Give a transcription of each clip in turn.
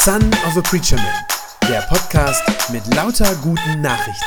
Son of a Preacher Man, der Podcast mit lauter guten Nachrichten.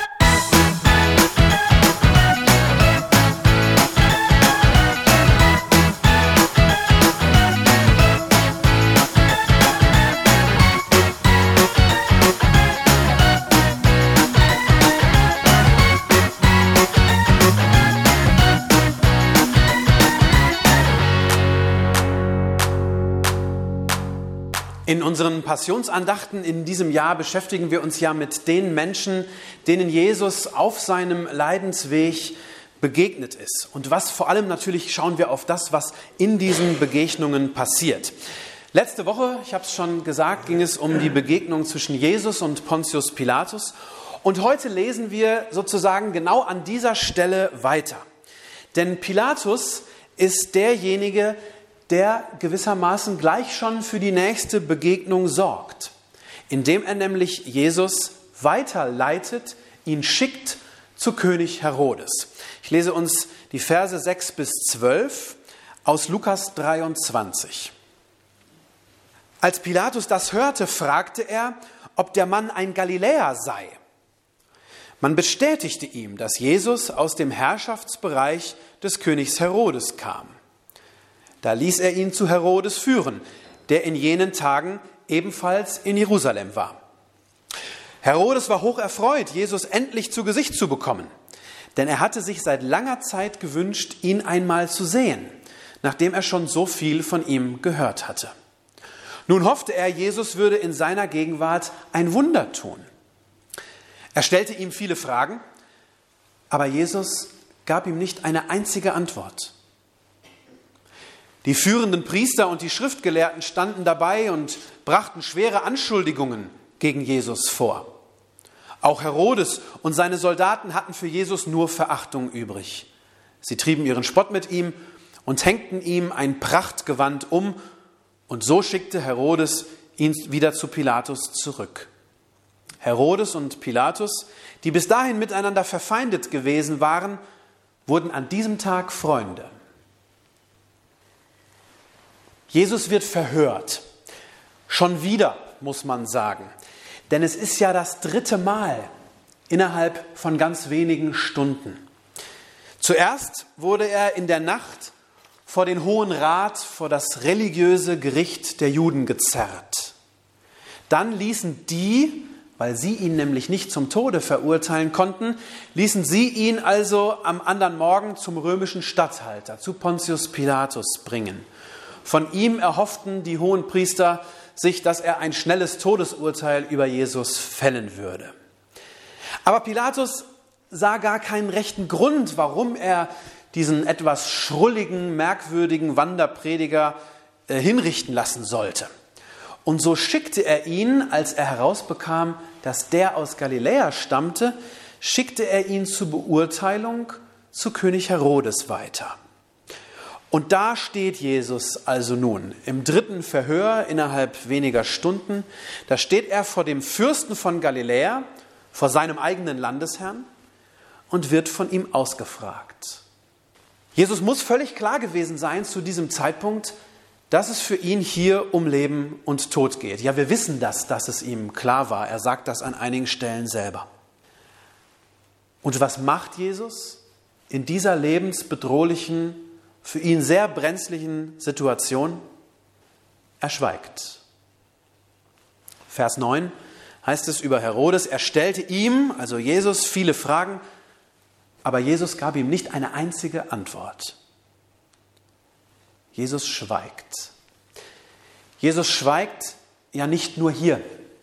In unseren Passionsandachten in diesem Jahr beschäftigen wir uns ja mit den Menschen, denen Jesus auf seinem Leidensweg begegnet ist. Und vor allem natürlich schauen wir auf das, was in diesen Begegnungen passiert. Letzte Woche, ich habe es schon gesagt, ging es um die Begegnung zwischen Jesus und Pontius Pilatus. Und heute lesen wir sozusagen genau an dieser Stelle weiter. Denn Pilatus ist derjenige, der gewissermaßen gleich schon für die nächste Begegnung sorgt, indem er nämlich Jesus weiterleitet, ihn schickt zu König Herodes. Ich lese uns die Verse 6 bis 12 aus Lukas 23. Als Pilatus das hörte, fragte er, ob der Mann ein Galiläer sei. Man bestätigte ihm, dass Jesus aus dem Herrschaftsbereich des Königs Herodes kam. Da ließ er ihn zu Herodes führen, der in jenen Tagen ebenfalls in Jerusalem war. Herodes war hoch erfreut, Jesus endlich zu Gesicht zu bekommen, denn er hatte sich seit langer Zeit gewünscht, ihn einmal zu sehen, nachdem er schon so viel von ihm gehört hatte. Nun hoffte er, Jesus würde in seiner Gegenwart ein Wunder tun. Er stellte ihm viele Fragen, aber Jesus gab ihm nicht eine einzige Antwort. Die führenden Priester und die Schriftgelehrten standen dabei und brachten schwere Anschuldigungen gegen Jesus vor. Auch Herodes und seine Soldaten hatten für Jesus nur Verachtung übrig. Sie trieben ihren Spott mit ihm und hängten ihm ein Prachtgewand um, und so schickte Herodes ihn wieder zu Pilatus zurück. Herodes und Pilatus, die bis dahin miteinander verfeindet gewesen waren, wurden an diesem Tag Freunde. Jesus wird verhört. Schon wieder, muss man sagen. Denn es ist ja das 3. Mal innerhalb von ganz wenigen Stunden. Zuerst wurde er in der Nacht vor den Hohen Rat, vor das religiöse Gericht der Juden gezerrt. Dann ließen die, weil sie ihn nämlich nicht zum Tode verurteilen konnten, ließen sie ihn also am anderen Morgen zum römischen Statthalter, zu Pontius Pilatus bringen. Von ihm erhofften die Hohenpriester sich, dass er ein schnelles Todesurteil über Jesus fällen würde. Aber Pilatus sah gar keinen rechten Grund, warum er diesen etwas schrulligen, merkwürdigen Wanderprediger hinrichten lassen sollte. Und so schickte er ihn, als er herausbekam, dass der aus Galiläa stammte, schickte er ihn zur Beurteilung zu König Herodes weiter. Und da steht Jesus also nun im 3. Verhör innerhalb weniger Stunden. Da steht er vor dem Fürsten von Galiläa, vor seinem eigenen Landesherrn, und wird von ihm ausgefragt. Jesus muss völlig klar gewesen sein zu diesem Zeitpunkt, dass es für ihn hier um Leben und Tod geht. Ja, wir wissen das, dass es ihm klar war. Er sagt das an einigen Stellen selber. Und was macht Jesus in dieser lebensbedrohlichen, für ihn sehr brenzlichen Situation? Er schweigt. Vers 9 heißt es über Herodes, er stellte ihm, also Jesus, viele Fragen, aber Jesus gab ihm nicht eine einzige Antwort. Jesus schweigt. Jesus schweigt ja nicht nur hier.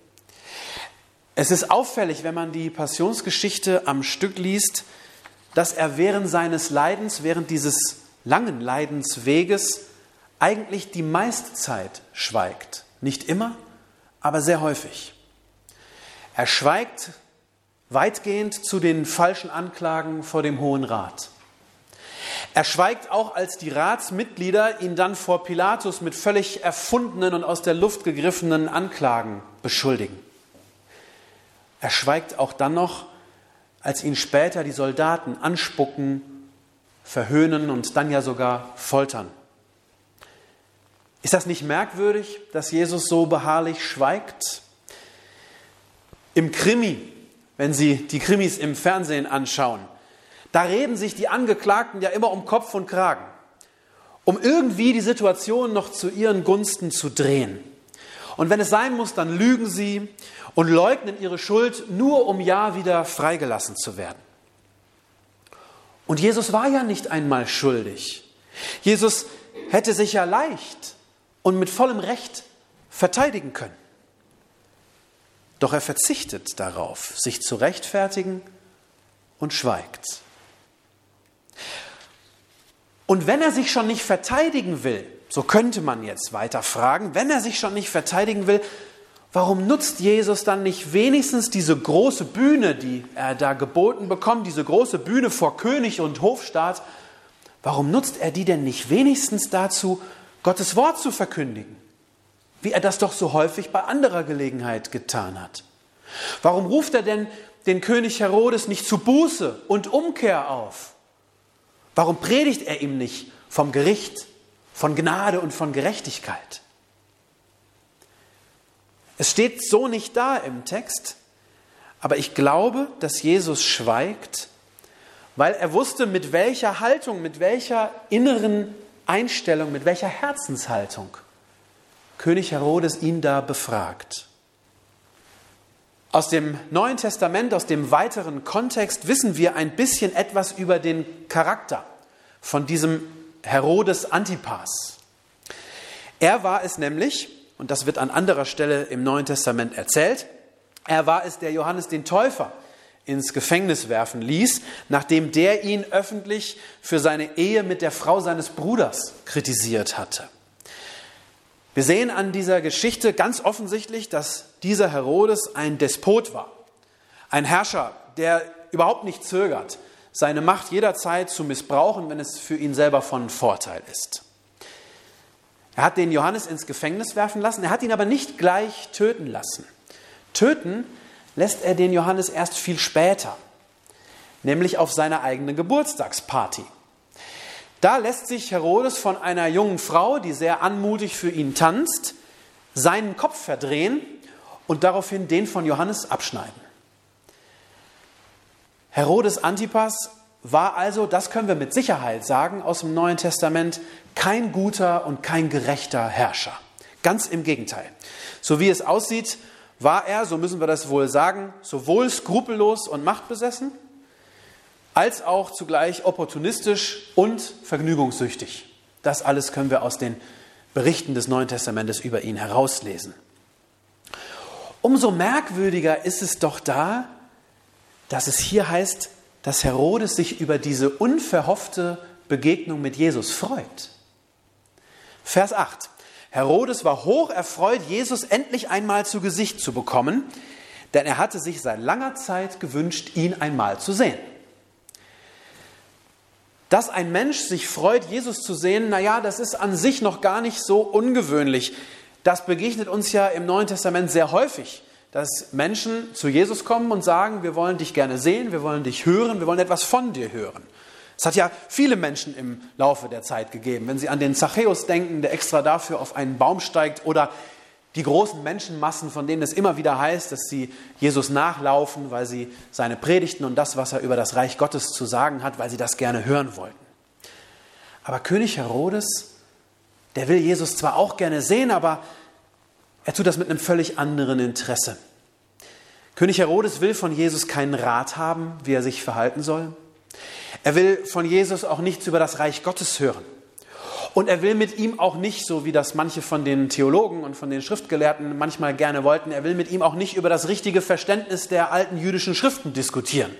Es ist auffällig, wenn man die Passionsgeschichte am Stück liest, dass er während seines Leidens, während dieses langen Leidensweges eigentlich die meiste Zeit schweigt. Nicht immer, aber sehr häufig. Er schweigt weitgehend zu den falschen Anklagen vor dem Hohen Rat. Er schweigt auch, als die Ratsmitglieder ihn dann vor Pilatus mit völlig erfundenen und aus der Luft gegriffenen Anklagen beschuldigen. Er schweigt auch dann noch, als ihn später die Soldaten anspucken, verhöhnen und dann ja sogar foltern. Ist das nicht merkwürdig, dass Jesus so beharrlich schweigt? Im Krimi, wenn Sie die Krimis im Fernsehen anschauen, da reden sich die Angeklagten ja immer um Kopf und Kragen, um irgendwie die Situation noch zu ihren Gunsten zu drehen. Und wenn es sein muss, dann lügen sie und leugnen ihre Schuld, nur um ja wieder freigelassen zu werden. Und Jesus war ja nicht einmal schuldig. Jesus hätte sich ja leicht und mit vollem Recht verteidigen können. Doch er verzichtet darauf, sich zu rechtfertigen und schweigt. Und wenn er sich schon nicht verteidigen will, so könnte man jetzt weiter fragen, wenn er sich schon nicht verteidigen will, warum nutzt Jesus dann nicht wenigstens diese große Bühne, die er da geboten bekommt, diese große Bühne vor König und Hofstaat, warum nutzt er die denn nicht wenigstens dazu, Gottes Wort zu verkündigen, wie er das doch so häufig bei anderer Gelegenheit getan hat? Warum ruft er denn den König Herodes nicht zu Buße und Umkehr auf? Warum predigt er ihm nicht vom Gericht, von Gnade und von Gerechtigkeit? Es steht so nicht da im Text, aber ich glaube, dass Jesus schweigt, weil er wusste, mit welcher Haltung, mit welcher inneren Einstellung, mit welcher Herzenshaltung König Herodes ihn da befragt. Aus dem Neuen Testament, aus dem weiteren Kontext wissen wir ein bisschen etwas über den Charakter von diesem Herodes Antipas. Er war es nämlich, und das wird an anderer Stelle im Neuen Testament erzählt, er war es, der Johannes den Täufer ins Gefängnis werfen ließ, nachdem der ihn öffentlich für seine Ehe mit der Frau seines Bruders kritisiert hatte. Wir sehen an dieser Geschichte ganz offensichtlich, dass dieser Herodes ein Despot war. Ein Herrscher, der überhaupt nicht zögert, seine Macht jederzeit zu missbrauchen, wenn es für ihn selber von Vorteil ist. Er hat den Johannes ins Gefängnis werfen lassen, er hat ihn aber nicht gleich töten lassen. Töten lässt er den Johannes erst viel später, nämlich auf seiner eigenen Geburtstagsparty. Da lässt sich Herodes von einer jungen Frau, die sehr anmutig für ihn tanzt, seinen Kopf verdrehen und daraufhin den von Johannes abschneiden. Herodes Antipas war also, das können wir mit Sicherheit sagen, aus dem Neuen Testament kein guter und kein gerechter Herrscher. Ganz im Gegenteil. So wie es aussieht, war er, so müssen wir das wohl sagen, sowohl skrupellos und machtbesessen, als auch zugleich opportunistisch und vergnügungssüchtig. Das alles können wir aus den Berichten des Neuen Testamentes über ihn herauslesen. Umso merkwürdiger ist es doch da, dass es hier heißt, dass Herodes sich über diese unverhoffte Begegnung mit Jesus freut. Vers 8. Herodes war hoch erfreut, Jesus endlich einmal zu Gesicht zu bekommen, denn er hatte sich seit langer Zeit gewünscht, ihn einmal zu sehen. Dass ein Mensch sich freut, Jesus zu sehen, das ist an sich noch gar nicht so ungewöhnlich. Das begegnet uns ja im Neuen Testament sehr häufig, dass Menschen zu Jesus kommen und sagen, wir wollen dich gerne sehen, wir wollen dich hören, wir wollen etwas von dir hören. Es hat ja viele Menschen im Laufe der Zeit gegeben. Wenn Sie an den Zachäus denken, der extra dafür auf einen Baum steigt, oder die großen Menschenmassen, von denen es immer wieder heißt, dass sie Jesus nachlaufen, weil sie seine Predigten und das, was er über das Reich Gottes zu sagen hat, weil sie das gerne hören wollten. Aber König Herodes, der will Jesus zwar auch gerne sehen, aber er tut das mit einem völlig anderen Interesse. König Herodes will von Jesus keinen Rat haben, wie er sich verhalten soll. Er will von Jesus auch nichts über das Reich Gottes hören. Und er will mit ihm auch nicht, so wie das manche von den Theologen und von den Schriftgelehrten manchmal gerne wollten, er will mit ihm auch nicht über das richtige Verständnis der alten jüdischen Schriften diskutieren.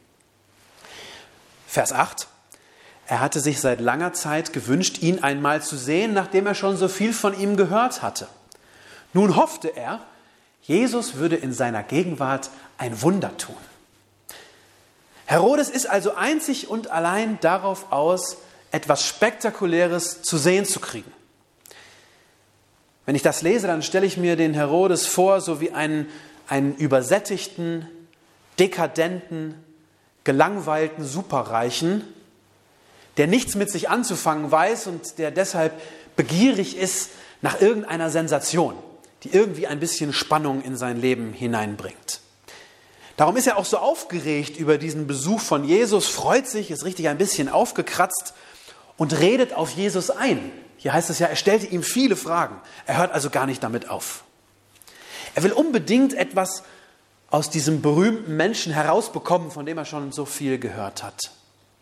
Vers 8. Er hatte sich seit langer Zeit gewünscht, ihn einmal zu sehen, nachdem er schon so viel von ihm gehört hatte. Nun hoffte er, Jesus würde in seiner Gegenwart ein Wunder tun. Herodes ist also einzig und allein darauf aus, etwas Spektakuläres zu sehen zu kriegen. Wenn ich das lese, dann stelle ich mir den Herodes vor, so wie einen übersättigten, dekadenten, gelangweilten Superreichen, der nichts mit sich anzufangen weiß und der deshalb begierig ist nach irgendeiner Sensation, die irgendwie ein bisschen Spannung in sein Leben hineinbringt. Darum ist er auch so aufgeregt über diesen Besuch von Jesus, freut sich, ist richtig ein bisschen aufgekratzt und redet auf Jesus ein. Hier heißt es ja, er stellte ihm viele Fragen. Er hört also gar nicht damit auf. Er will unbedingt etwas aus diesem berühmten Menschen herausbekommen, von dem er schon so viel gehört hat.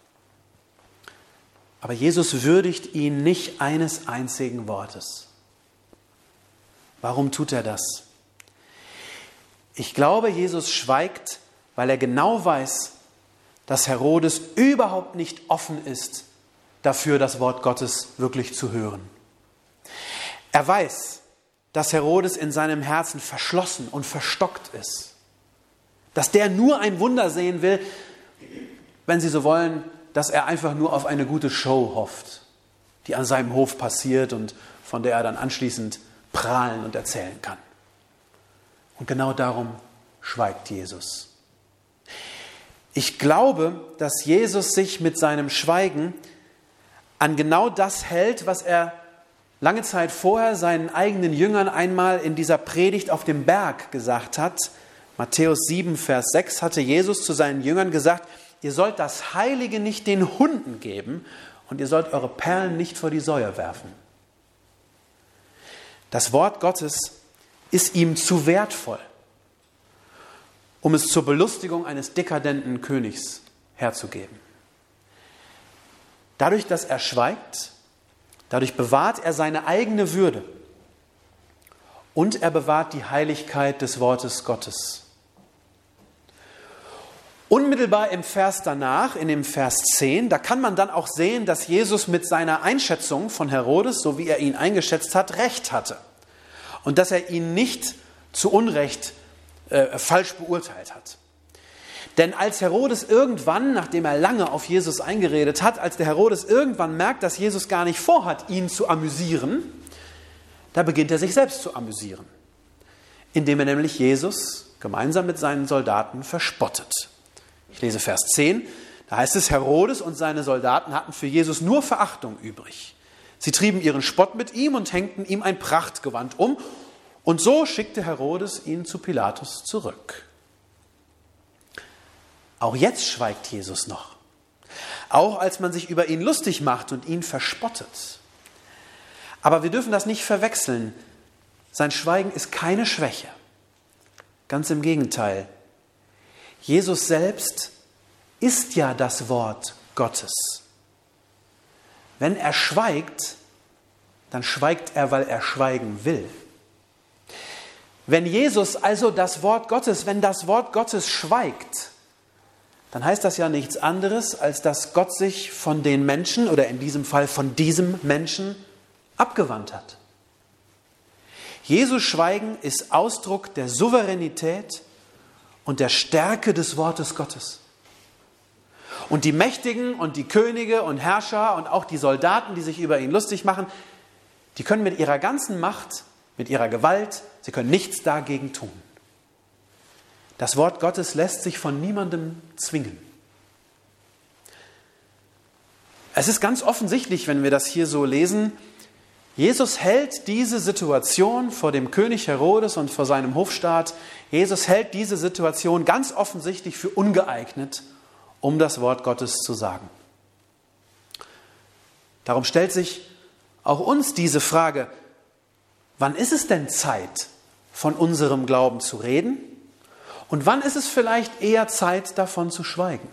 Aber Jesus würdigt ihn nicht eines einzigen Wortes. Warum tut er das? Ich glaube, Jesus schweigt, weil er genau weiß, dass Herodes überhaupt nicht offen ist, dafür das Wort Gottes wirklich zu hören. Er weiß, dass Herodes in seinem Herzen verschlossen und verstockt ist. Dass der nur ein Wunder sehen will, wenn Sie so wollen, dass er einfach nur auf eine gute Show hofft, die an seinem Hof passiert und von der er dann anschließend prahlen und erzählen kann. Und genau darum schweigt Jesus. Ich glaube, dass Jesus sich mit seinem Schweigen an genau das hält, was er lange Zeit vorher seinen eigenen Jüngern einmal in dieser Predigt auf dem Berg gesagt hat. Matthäus 7, Vers 6 hatte Jesus zu seinen Jüngern gesagt, ihr sollt das Heilige nicht den Hunden geben und ihr sollt eure Perlen nicht vor die Säue werfen. Das Wort Gottes ist ihm zu wertvoll, um es zur Belustigung eines dekadenten Königs herzugeben. Dadurch, dass er schweigt, dadurch bewahrt er seine eigene Würde und er bewahrt die Heiligkeit des Wortes Gottes. Unmittelbar im Vers danach, in dem Vers 10, da kann man dann auch sehen, dass Jesus mit seiner Einschätzung von Herodes, so wie er ihn eingeschätzt hat, recht hatte. Und dass er ihn nicht zu Unrecht falsch beurteilt hat. Denn als Herodes irgendwann, nachdem er lange auf Jesus eingeredet hat, als der Herodes irgendwann merkt, dass Jesus gar nicht vorhat, ihn zu amüsieren, da beginnt er sich selbst zu amüsieren. Indem er nämlich Jesus gemeinsam mit seinen Soldaten verspottet. Ich lese Vers 10, da heißt es, Herodes und seine Soldaten hatten für Jesus nur Verachtung übrig. Sie trieben ihren Spott mit ihm und hängten ihm ein Prachtgewand um. Und so schickte Herodes ihn zu Pilatus zurück. Auch jetzt schweigt Jesus noch. Auch als man sich über ihn lustig macht und ihn verspottet. Aber wir dürfen das nicht verwechseln. Sein Schweigen ist keine Schwäche. Ganz im Gegenteil. Jesus selbst ist ja das Wort Gottes. Wenn er schweigt, dann schweigt er, weil er schweigen will. Wenn Jesus also das Wort Gottes, wenn das Wort Gottes schweigt, dann heißt das ja nichts anderes, als dass Gott sich von den Menschen oder in diesem Fall von diesem Menschen abgewandt hat. Jesus Schweigen ist Ausdruck der Souveränität und der Stärke des Wortes Gottes. Und die Mächtigen und die Könige und Herrscher und auch die Soldaten, die sich über ihn lustig machen, die können mit ihrer ganzen Macht, mit ihrer Gewalt, sie können nichts dagegen tun. Das Wort Gottes lässt sich von niemandem zwingen. Es ist ganz offensichtlich, wenn wir das hier so lesen, Jesus hält diese Situation vor dem König Herodes und vor seinem Hofstaat, Jesus hält diese Situation ganz offensichtlich für ungeeignet, um das Wort Gottes zu sagen. Darum stellt sich auch uns diese Frage, wann ist es denn Zeit, von unserem Glauben zu reden? Und wann ist es vielleicht eher Zeit, davon zu schweigen?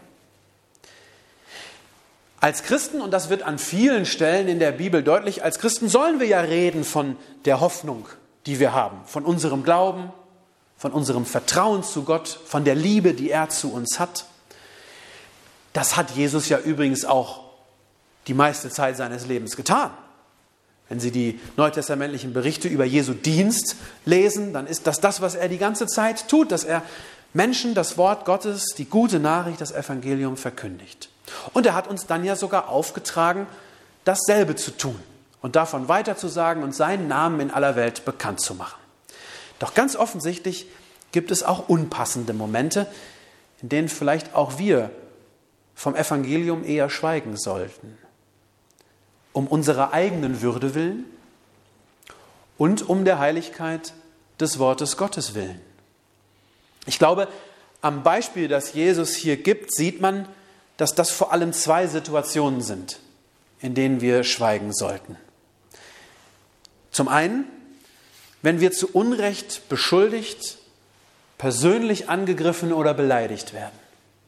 Als Christen, und das wird an vielen Stellen in der Bibel deutlich, als Christen sollen wir ja reden von der Hoffnung, die wir haben, von unserem Glauben, von unserem Vertrauen zu Gott, von der Liebe, die er zu uns hat. Das hat Jesus ja übrigens auch die meiste Zeit seines Lebens getan. Wenn Sie die neutestamentlichen Berichte über Jesu Dienst lesen, dann ist das, was er die ganze Zeit tut, dass er Menschen das Wort Gottes, die gute Nachricht, das Evangelium verkündigt. Und er hat uns dann ja sogar aufgetragen, dasselbe zu tun und davon weiterzusagen und seinen Namen in aller Welt bekannt zu machen. Doch ganz offensichtlich gibt es auch unpassende Momente, in denen vielleicht auch wir vom Evangelium eher schweigen sollten. Um unserer eigenen Würde willen, und um der Heiligkeit des Wortes Gottes willen. Ich glaube, am Beispiel, das Jesus hier gibt, sieht man, dass das vor allem zwei Situationen sind, in denen wir schweigen sollten. Zum einen, wenn wir zu Unrecht beschuldigt, persönlich angegriffen oder beleidigt werden.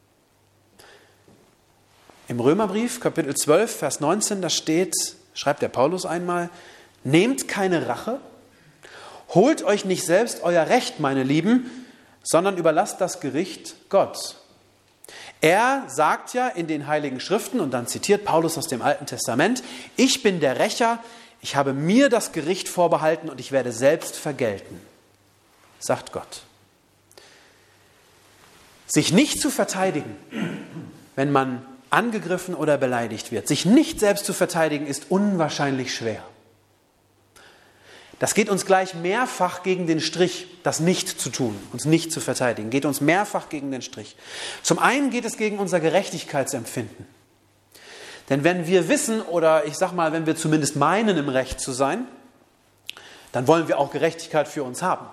Im Römerbrief, Kapitel 12, Vers 19, da steht, schreibt der Paulus einmal, nehmt keine Rache, holt euch nicht selbst euer Recht, meine Lieben, sondern überlasst das Gericht Gott. Er sagt ja in den Heiligen Schriften, und dann zitiert Paulus aus dem Alten Testament, ich bin der Rächer, ich habe mir das Gericht vorbehalten und ich werde selbst vergelten, sagt Gott. Sich nicht zu verteidigen, wenn man angegriffen oder beleidigt wird, sich nicht selbst zu verteidigen, ist unwahrscheinlich schwer. Das geht uns gleich mehrfach gegen den Strich, das nicht zu tun, uns nicht zu verteidigen, geht uns mehrfach gegen den Strich. Zum einen geht es gegen unser Gerechtigkeitsempfinden. Denn wenn wir wissen, oder ich sag mal, wenn wir zumindest meinen, im Recht zu sein, dann wollen wir auch Gerechtigkeit für uns haben.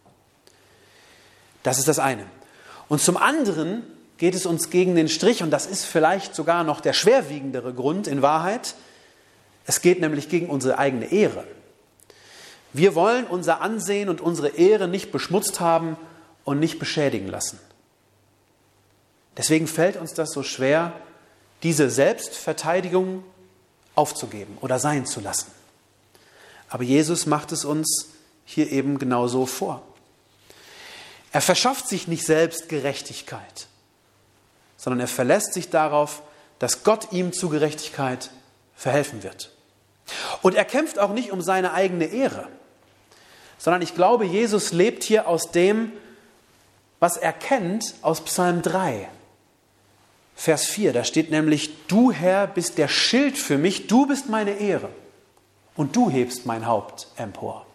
Das ist das eine. Und zum anderen geht es uns gegen den Strich, und das ist vielleicht sogar noch der schwerwiegendere Grund in Wahrheit, es geht nämlich gegen unsere eigene Ehre. Wir wollen unser Ansehen und unsere Ehre nicht beschmutzt haben und nicht beschädigen lassen. Deswegen fällt uns das so schwer, diese Selbstverteidigung aufzugeben oder sein zu lassen. Aber Jesus macht es uns hier eben genauso vor. Er verschafft sich nicht selbst Gerechtigkeit, sondern er verlässt sich darauf, dass Gott ihm zu Gerechtigkeit verhelfen wird. Und er kämpft auch nicht um seine eigene Ehre, sondern ich glaube, Jesus lebt hier aus dem, was er kennt aus Psalm 3, Vers 4. Da steht nämlich, du Herr bist der Schild für mich, du bist meine Ehre und du hebst mein Haupt empor.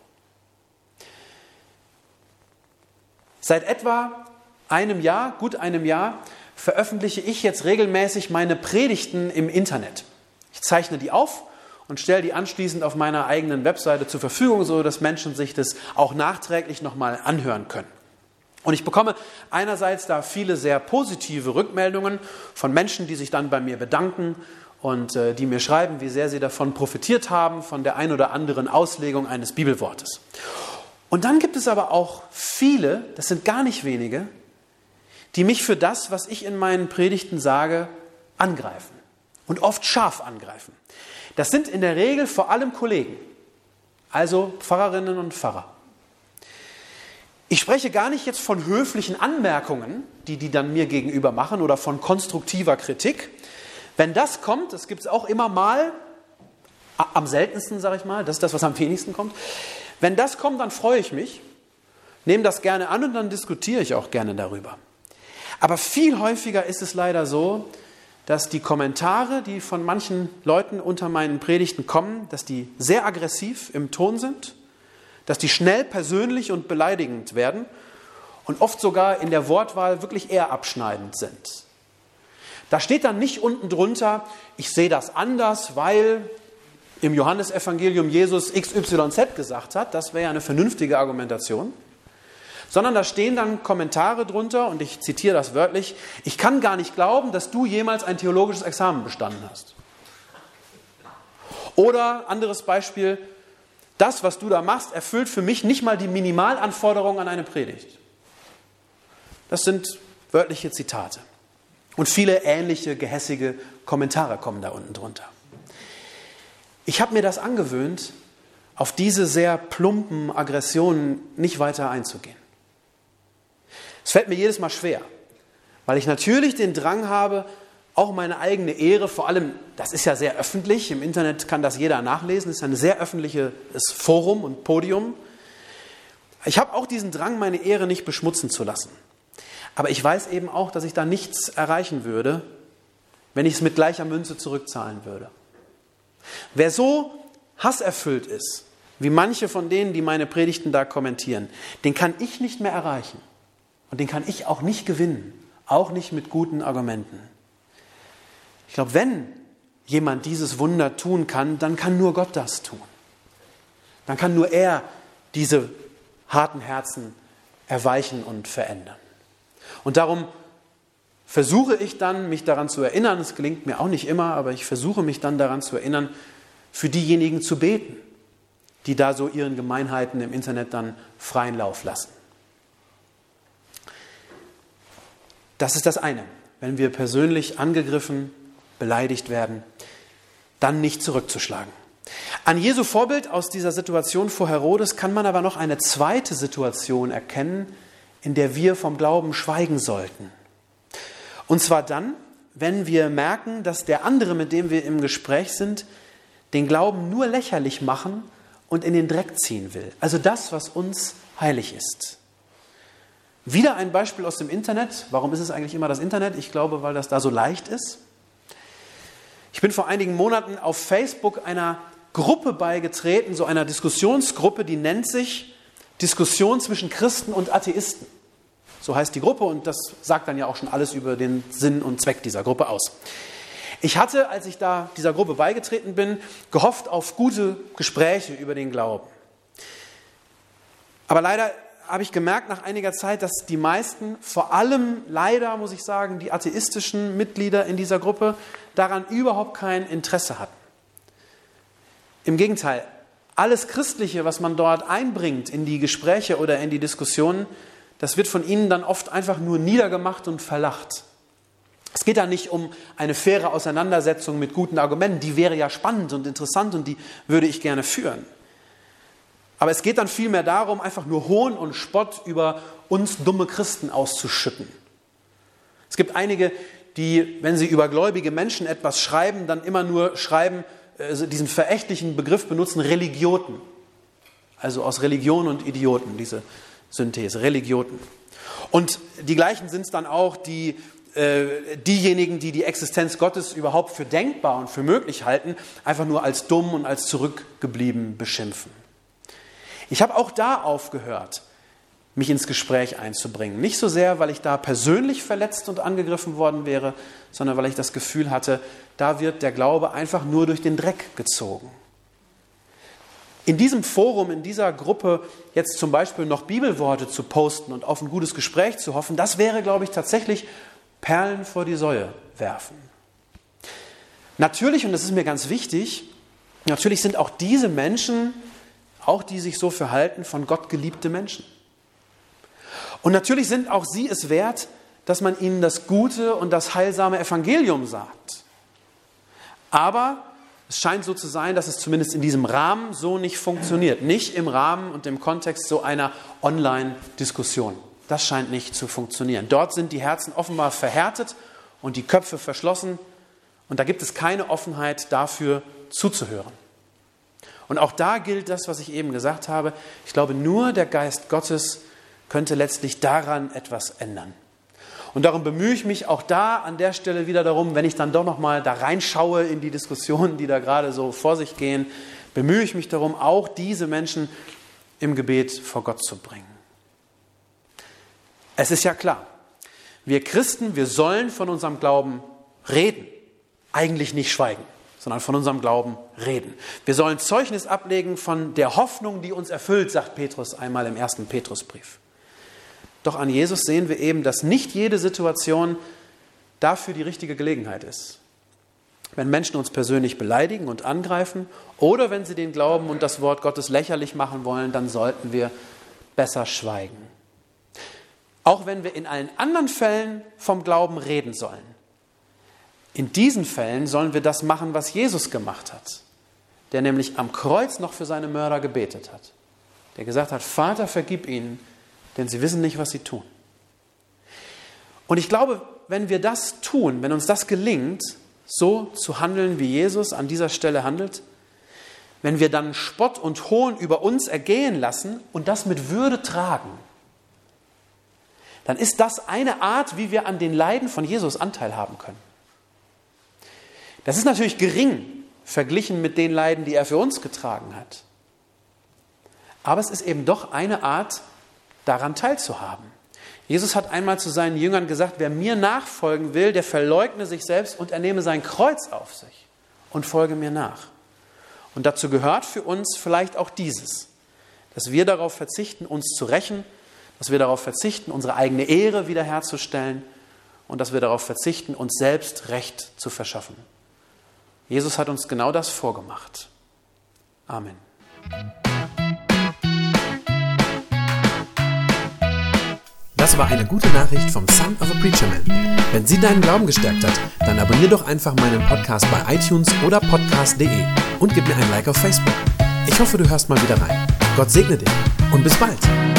Seit etwa gut einem Jahr, veröffentliche ich jetzt regelmäßig meine Predigten im Internet. Ich zeichne die auf und stelle die anschließend auf meiner eigenen Webseite zur Verfügung, so dass Menschen sich das auch nachträglich nochmal anhören können. Und ich bekomme einerseits da viele sehr positive Rückmeldungen von Menschen, die sich dann bei mir bedanken und die mir schreiben, wie sehr sie davon profitiert haben, von der ein oder anderen Auslegung eines Bibelwortes. Und dann gibt es aber auch viele, das sind gar nicht wenige, die mich für das, was ich in meinen Predigten sage, angreifen und oft scharf angreifen. Das sind in der Regel vor allem Kollegen, also Pfarrerinnen und Pfarrer. Ich spreche gar nicht jetzt von höflichen Anmerkungen, die dann mir gegenüber machen, oder von konstruktiver Kritik. Wenn das kommt, das gibt es auch immer mal, am seltensten, sage ich mal, das ist das, was am wenigsten kommt. Wenn das kommt, dann freue ich mich, nehme das gerne an und dann diskutiere ich auch gerne darüber. Aber viel häufiger ist es leider so, dass die Kommentare, die von manchen Leuten unter meinen Predigten kommen, dass die sehr aggressiv im Ton sind, dass die schnell persönlich und beleidigend werden und oft sogar in der Wortwahl wirklich eher abschneidend sind. Da steht dann nicht unten drunter, ich sehe das anders, weil im Johannesevangelium Jesus XYZ gesagt hat, das wäre ja eine vernünftige Argumentation, sondern da stehen dann Kommentare drunter, und ich zitiere das wörtlich, ich kann gar nicht glauben, dass du jemals ein theologisches Examen bestanden hast. Oder anderes Beispiel, das, was du da machst, erfüllt für mich nicht mal die Minimalanforderungen an eine Predigt. Das sind wörtliche Zitate. Und viele ähnliche, gehässige Kommentare kommen da unten drunter. Ich habe mir das angewöhnt, auf diese sehr plumpen Aggressionen nicht weiter einzugehen. Es fällt mir jedes Mal schwer, weil ich natürlich den Drang habe, auch meine eigene Ehre, vor allem, das ist ja sehr öffentlich, im Internet kann das jeder nachlesen, ist ein sehr öffentliches Forum und Podium. Ich habe auch diesen Drang, meine Ehre nicht beschmutzen zu lassen. Aber ich weiß eben auch, dass ich da nichts erreichen würde, wenn ich es mit gleicher Münze zurückzahlen würde. Wer so hasserfüllt ist, wie manche von denen, die meine Predigten da kommentieren, den kann ich nicht mehr erreichen. Und den kann ich auch nicht gewinnen, auch nicht mit guten Argumenten. Ich glaube, wenn jemand dieses Wunder tun kann, dann kann nur Gott das tun. Dann kann nur er diese harten Herzen erweichen und verändern. Und darum versuche ich dann, mich daran zu erinnern, es gelingt mir auch nicht immer, aber ich versuche mich dann daran zu erinnern, für diejenigen zu beten, die da so ihren Gemeinheiten im Internet dann freien Lauf lassen. Das ist das eine. Wenn wir persönlich angegriffen, beleidigt werden, dann nicht zurückzuschlagen. An Jesu Vorbild aus dieser Situation vor Herodes kann man aber noch eine zweite Situation erkennen, in der wir vom Glauben schweigen sollten. Und zwar dann, wenn wir merken, dass der andere, mit dem wir im Gespräch sind, den Glauben nur lächerlich machen und in den Dreck ziehen will. Also das, was uns heilig ist. Wieder ein Beispiel aus dem Internet. Warum ist es eigentlich immer das Internet? Ich glaube, weil das da so leicht ist. Ich bin vor einigen Monaten auf Facebook einer Gruppe beigetreten, so einer Diskussionsgruppe, die nennt sich Diskussion zwischen Christen und Atheisten. So heißt die Gruppe und das sagt dann ja auch schon alles über den Sinn und Zweck dieser Gruppe aus. Ich hatte, als ich da dieser Gruppe beigetreten bin, gehofft auf gute Gespräche über den Glauben. Aber leider habe ich gemerkt nach einiger Zeit, dass die meisten, vor allem leider, muss ich sagen, die atheistischen Mitglieder in dieser Gruppe, daran überhaupt kein Interesse hatten. Im Gegenteil, alles Christliche, was man dort einbringt in die Gespräche oder in die Diskussionen, das wird von ihnen dann oft einfach nur niedergemacht und verlacht. Es geht da nicht um eine faire Auseinandersetzung mit guten Argumenten, die wäre ja spannend und interessant und die würde ich gerne führen. Aber es geht dann vielmehr darum, einfach nur Hohn und Spott über uns dumme Christen auszuschütten. Es gibt einige, die, wenn sie über gläubige Menschen etwas schreiben, dann immer nur schreiben, diesen verächtlichen Begriff benutzen, Religioten. Also aus Religion und Idioten, diese Synthese, Religioten. Und die gleichen sind es dann auch, diejenigen, die die Existenz Gottes überhaupt für denkbar und für möglich halten, einfach nur als dumm und als zurückgeblieben beschimpfen. Ich habe auch da aufgehört, mich ins Gespräch einzubringen. Nicht so sehr, weil ich da persönlich verletzt und angegriffen worden wäre, sondern weil ich das Gefühl hatte, da wird der Glaube einfach nur durch den Dreck gezogen. In diesem Forum, in dieser Gruppe jetzt zum Beispiel noch Bibelworte zu posten und auf ein gutes Gespräch zu hoffen, das wäre, glaube ich, tatsächlich Perlen vor die Säue werfen. Natürlich, und das ist mir ganz wichtig, natürlich sind auch diese Menschen, auch die sich so verhalten, von Gott geliebte Menschen. Und natürlich sind auch sie es wert, dass man ihnen das gute und das heilsame Evangelium sagt. Aber es scheint so zu sein, dass es zumindest in diesem Rahmen so nicht funktioniert. Nicht im Rahmen und im Kontext so einer Online-Diskussion. Das scheint nicht zu funktionieren. Dort sind die Herzen offenbar verhärtet und die Köpfe verschlossen. Und da gibt es keine Offenheit dafür, zuzuhören. Und auch da gilt das, was ich eben gesagt habe. Ich glaube, nur der Geist Gottes könnte letztlich daran etwas ändern. Und darum bemühe ich mich auch da an der Stelle wieder darum, wenn ich dann doch nochmal da reinschaue in die Diskussionen, die da gerade so vor sich gehen, bemühe ich mich darum, auch diese Menschen im Gebet vor Gott zu bringen. Es ist ja klar, wir Christen, wir sollen von unserem Glauben reden, eigentlich nicht schweigen, sondern von unserem Glauben reden. Wir sollen Zeugnis ablegen von der Hoffnung, die uns erfüllt, sagt Petrus einmal im 1. Petrusbrief. Doch an Jesus sehen wir eben, dass nicht jede Situation dafür die richtige Gelegenheit ist. Wenn Menschen uns persönlich beleidigen und angreifen oder wenn sie den Glauben und das Wort Gottes lächerlich machen wollen, dann sollten wir besser schweigen. Auch wenn wir in allen anderen Fällen vom Glauben reden sollen. In diesen Fällen sollen wir das machen, was Jesus gemacht hat, der nämlich am Kreuz noch für seine Mörder gebetet hat. Der gesagt hat, Vater, vergib ihnen, denn sie wissen nicht, was sie tun. Und ich glaube, wenn wir das tun, wenn uns das gelingt, so zu handeln, wie Jesus an dieser Stelle handelt, wenn wir dann Spott und Hohn über uns ergehen lassen und das mit Würde tragen, dann ist das eine Art, wie wir an den Leiden von Jesus Anteil haben können. Das ist natürlich gering verglichen mit den Leiden, die er für uns getragen hat. Aber es ist eben doch eine Art, daran teilzuhaben. Jesus hat einmal zu seinen Jüngern gesagt, wer mir nachfolgen will, der verleugne sich selbst und er nehme sein Kreuz auf sich und folge mir nach. Und dazu gehört für uns vielleicht auch dieses, dass wir darauf verzichten, uns zu rächen, dass wir darauf verzichten, unsere eigene Ehre wiederherzustellen und dass wir darauf verzichten, uns selbst Recht zu verschaffen. Jesus hat uns genau das vorgemacht. Amen. Das war eine gute Nachricht vom Son of a Preacher Man. Wenn sie deinen Glauben gestärkt hat, dann abonniere doch einfach meinen Podcast bei iTunes oder podcast.de und gib mir ein Like auf Facebook. Ich hoffe, du hörst mal wieder rein. Gott segne dich und bis bald.